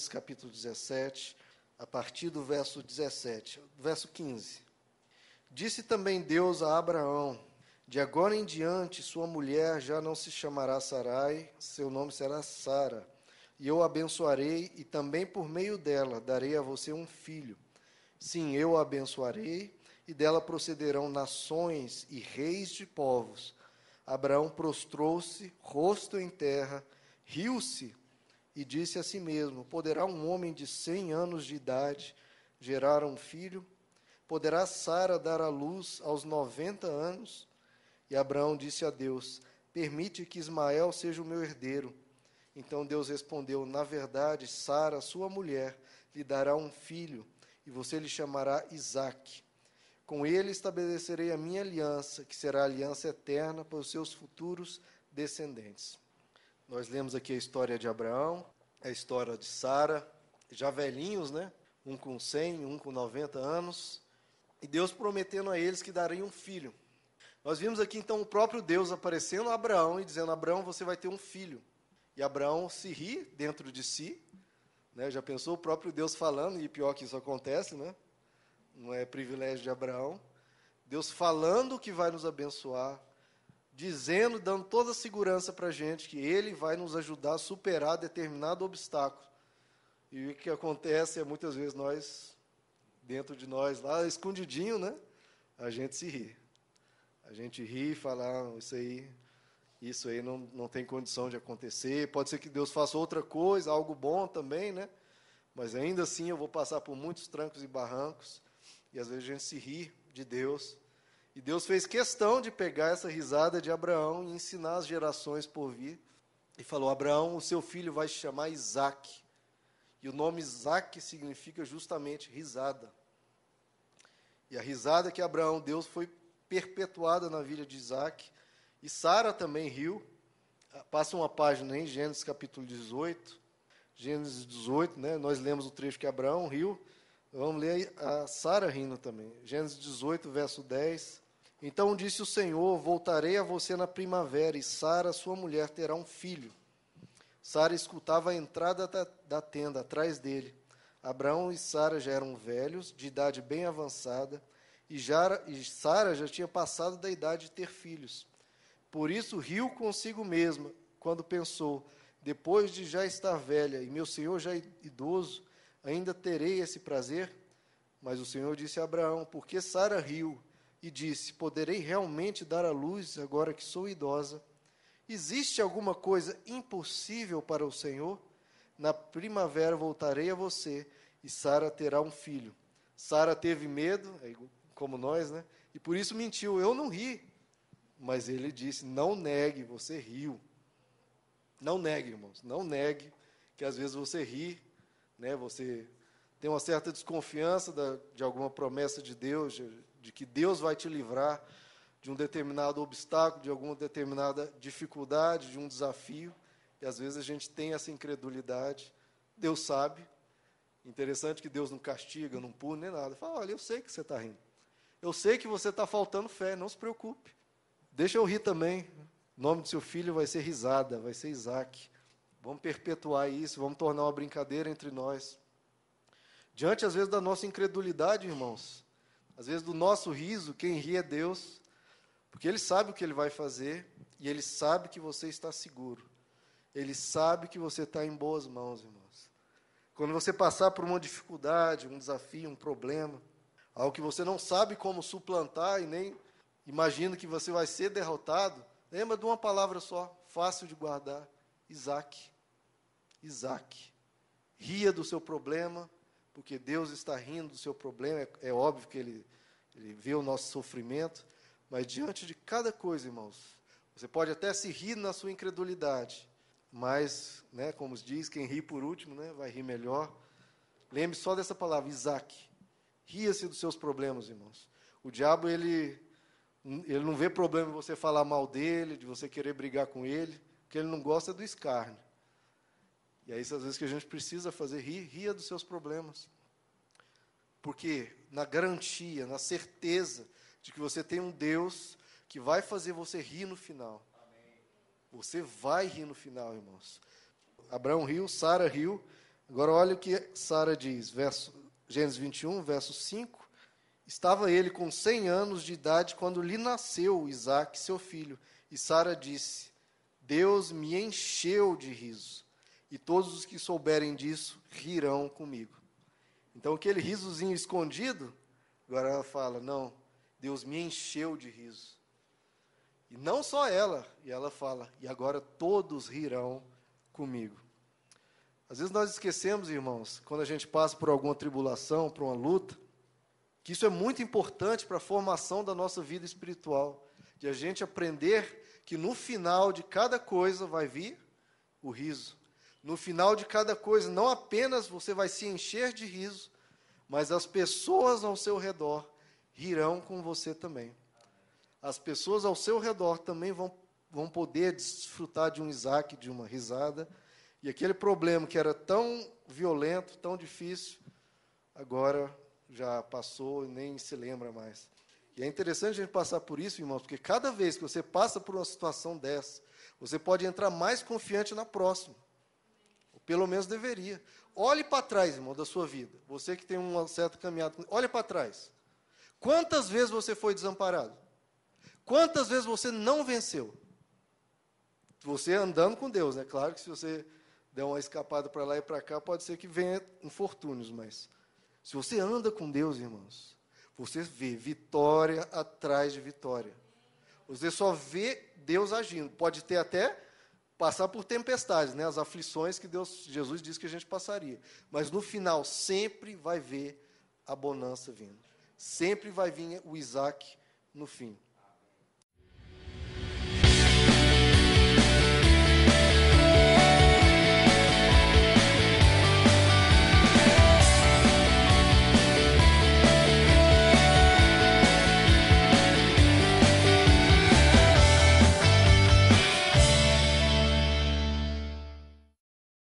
Gênesis capítulo 17, a partir do verso 17, verso 15. Disse também Deus a Abraão: de agora em diante sua mulher já não se chamará Sarai, seu nome será Sara, e eu a abençoarei, e também por meio dela darei a você um filho. Sim, eu a abençoarei, e dela procederão nações e reis de povos. Abraão prostrou-se, rosto em terra, riu-se, e disse a si mesmo: poderá um homem de 100 anos de idade gerar um filho? Poderá Sara dar à luz aos 90 anos? E Abraão disse a Deus: permite que Ismael seja o meu herdeiro. Então Deus respondeu: na verdade, Sara, sua mulher, lhe dará um filho, e você lhe chamará Isaque. Com ele estabelecerei a minha aliança, que será a aliança eterna para os seus futuros descendentes. Nós lemos aqui a história de Abraão, a história de Sara, já velhinhos, né? Um com 100, um com 90 anos, e Deus prometendo a eles que daria um filho. Nós vimos aqui então o próprio Deus aparecendo a Abraão e dizendo: Abraão, você vai ter um filho. E Abraão se ri dentro de si, né? Já pensou o próprio Deus falando, e pior que isso acontece, né? Não é privilégio de Abraão. Deus falando que vai nos abençoar, dizendo, dando toda a segurança para a gente, que Ele vai nos ajudar a superar determinado obstáculo. E o que acontece é, muitas vezes, nós, dentro de nós, lá escondidinho, né? A gente se ri. A gente ri e fala: ah, isso aí não tem condição de acontecer. Pode ser que Deus faça outra coisa, algo bom também, né? Mas ainda assim eu vou passar por muitos trancos e barrancos. E às vezes a gente se ri de Deus. E Deus fez questão de pegar essa risada de Abraão e ensinar as gerações por vir. E falou: Abraão, o seu filho vai se chamar Isaque. E o nome Isaque significa justamente risada. E a risada que Abraão deu foi perpetuada na vida de Isaque. E Sara também riu. Passa uma página em Gênesis capítulo 18. Gênesis 18, né? Nós lemos o trecho que Abraão riu. Vamos ler a Sara rindo também. Gênesis 18, verso 10. Então disse o Senhor: voltarei a você na primavera, e Sara, sua mulher, terá um filho. Sara escutava a entrada da tenda, atrás dele. Abraão e Sara já eram velhos, de idade bem avançada, e Sara já tinha passado da idade de ter filhos. Por isso riu consigo mesma, quando pensou: depois de já estar velha, e meu senhor já idoso, ainda terei esse prazer? Mas o Senhor disse a Abraão: porque Sara riu e disse: poderei realmente dar à luz agora que sou idosa? Existe alguma coisa impossível para o Senhor? Na primavera voltarei a você, e Sara terá um filho. Sara teve medo, como nós, né? E por isso mentiu: eu não ri. Mas ele disse: não negue, você riu. Não negue, irmãos, não negue, que às vezes você ri, né? Você tem uma certa desconfiança de alguma promessa de Deus, de que Deus vai te livrar de um determinado obstáculo, de alguma determinada dificuldade, de um desafio, e às vezes a gente tem essa incredulidade. Deus sabe. Interessante que Deus não castiga, não pune, nem nada. Fala: olha, eu sei que você está rindo. Eu sei que você está faltando fé, não se preocupe. Deixa eu rir também. O nome do seu filho vai ser risada, vai ser Isaque. Vamos perpetuar isso, vamos tornar uma brincadeira entre nós. Diante, às vezes, da nossa incredulidade, irmãos, às vezes do nosso riso, quem ri é Deus, porque Ele sabe o que Ele vai fazer, e Ele sabe que você está seguro. Ele sabe que você está em boas mãos, irmãos. Quando você passar por uma dificuldade, um desafio, um problema, algo que você não sabe como suplantar e nem imagina que você vai ser derrotado, lembra de uma palavra só, fácil de guardar: Isaque. Isaque. Ria do seu problema, porque Deus está rindo do seu problema. É óbvio que Ele vê o nosso sofrimento, mas diante de cada coisa, irmãos, você pode até se rir na sua incredulidade, mas, né, como diz, quem ri por último, né, vai rir melhor. Lembre só dessa palavra, Isaque. Ria-se dos seus problemas, irmãos. O diabo, ele não vê problema em você falar mal dele, de você querer brigar com ele, porque ele não gosta do escárnio. E é isso, às vezes, que a gente precisa fazer: ria dos seus problemas. Porque na garantia, na certeza de que você tem um Deus que vai fazer você rir no final. Amém. Você vai rir no final, irmãos. Abraão riu, Sara riu, Agora olha o que Sara diz, Gênesis 21, verso 5. Estava ele com 100 anos de idade quando lhe nasceu Isaque, seu filho. E Sara disse, Deus me encheu de riso, e todos os que souberem disso rirão comigo. Então aquele risozinho escondido, agora ela fala, não, Deus me encheu de riso. E não só ela, e ela fala, e agora todos rirão comigo. Às vezes nós esquecemos, irmãos, quando a gente passa por alguma tribulação, por uma luta, que isso é muito importante para a formação da nossa vida espiritual, de a gente aprender que no final de cada coisa vai vir o riso. No final de cada coisa, não apenas você vai se encher de riso, mas as pessoas ao seu redor rirão com você também. As pessoas ao seu redor também vão poder desfrutar de um Isaque, de uma risada, e aquele problema que era tão violento, tão difícil, agora já passou e nem se lembra mais. E é interessante a gente passar por isso, irmãos, porque cada vez que você passa por uma situação dessa, você pode entrar mais confiante na próxima. Ou pelo menos deveria. Olhe para trás, irmão, da sua vida. Você que tem uma certa caminhada, olhe para trás. Quantas vezes você foi desamparado? Quantas vezes você não venceu? Você andando com Deus, né? Claro que se você der uma escapada para lá e para cá, pode ser que venha infortúnios, mas se você anda com Deus, irmãos, você vê vitória atrás de vitória. Você só vê Deus agindo. Pode ter até passar por tempestades, né? As aflições que Jesus disse que a gente passaria. Mas no final sempre vai ver a bonança vindo. Sempre vai vir o Isaque no fim.